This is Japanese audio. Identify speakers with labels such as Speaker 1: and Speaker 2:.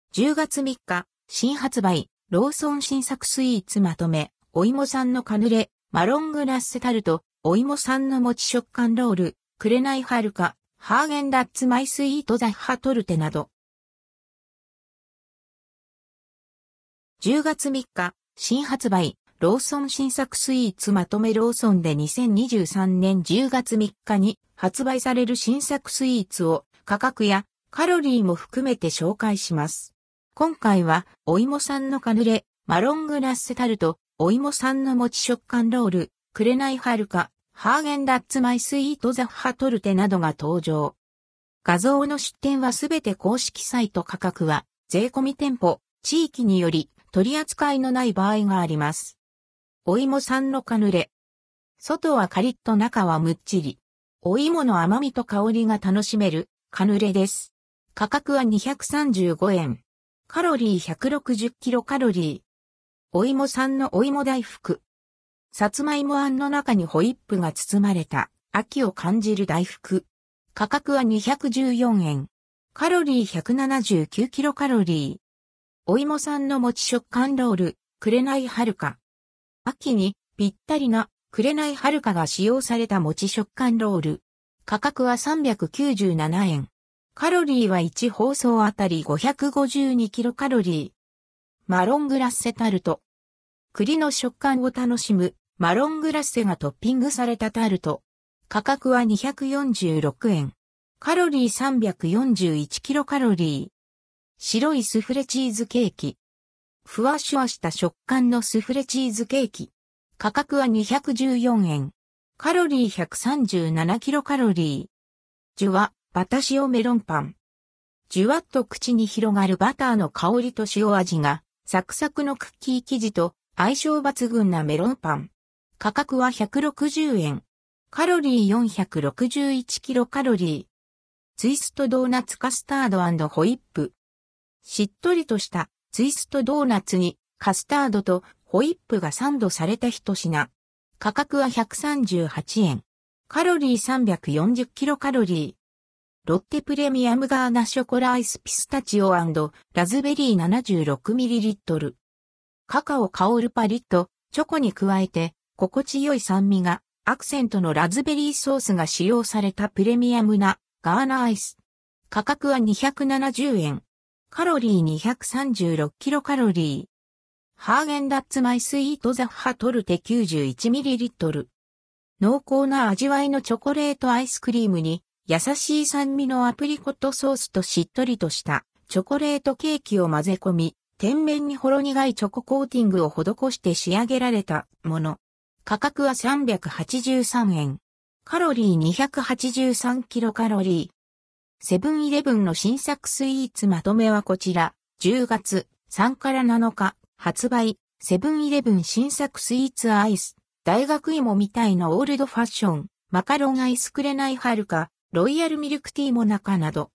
Speaker 1: 10月3日、新発売、ローソン新作スイーツまとめ、お芋さんのカヌレ、マロングラッセタルト、お芋さんの餅食感ロール、紅はるか、ハーゲンダッツマイスイートザッハトルテなど。10月3日、新発売、ローソン新作スイーツまとめローソンで2023年10月3日に発売される新作スイーツを価格やカロリーも含めて紹介します。今回は、お芋さんのカヌレ、マロングラッセタルト、お芋さんの餅食感ロール、紅はるか、ハーゲンダッツマイスイートザッハトルテなどが登場。画像の出店はすべて公式サイト価格は、税込み店舗、地域により取り扱いのない場合があります。お芋さんのカヌレ。外はカリッと中はむっちり。お芋の甘みと香りが楽しめるカヌレです。価格は235円。カロリー160キロカロリー。お芋さんのお芋大福。さつまいもあんの中にホイップが包まれた秋を感じる大福。価格は214円。カロリー179キロカロリー。お芋さんの餅食感ロール、紅はるか。秋にぴったりな紅はるかが使用された餅食感ロール。価格は397円。カロリーは1包装あたり552キロカロリー。マロングラッセタルト。栗の食感を楽しむマロングラッセがトッピングされたタルト。価格は246円。カロリー341キロカロリー。白いスフレチーズケーキ。ふわしゅわした食感のスフレチーズケーキ。価格は214円。カロリー137キロカロリー。ジュワ、バタ塩メロンパン。じゅわっと口に広がるバターの香りと塩味が、サクサクのクッキー生地と相性抜群なメロンパン。価格は160円。カロリー461キロカロリー。ツイストドーナツカスタード&ホイップ。しっとりとしたツイストドーナツにカスタードとホイップがサンドされた一品。価格は138円。カロリー340キロカロリー。ロッテプレミアムガーナショコラアイスピスタチオ&ラズベリー 76ml。カカオ香るパリッとチョコに加えて心地よい酸味がアクセントのラズベリーソースが使用されたプレミアムなガーナアイス。価格は270円。カロリー236キロカロリー。ハーゲンダッツマイスイートザッハトルテ 91ml。濃厚な味わいのチョコレートアイスクリームに優しい酸味のアプリコットソースとしっとりとしたチョコレートケーキを混ぜ込み、天面にほろ苦いチョココーティングを施して仕上げられたもの。価格は383円。カロリー283キロカロリー。セブンイレブンの新作スイーツまとめはこちら。10月3から7日発売。セブンイレブン新作スイーツアイス。大学芋みたいなオールドファッション。マカロンアイス紅はるか。ロイヤルミルクティーモナカなど。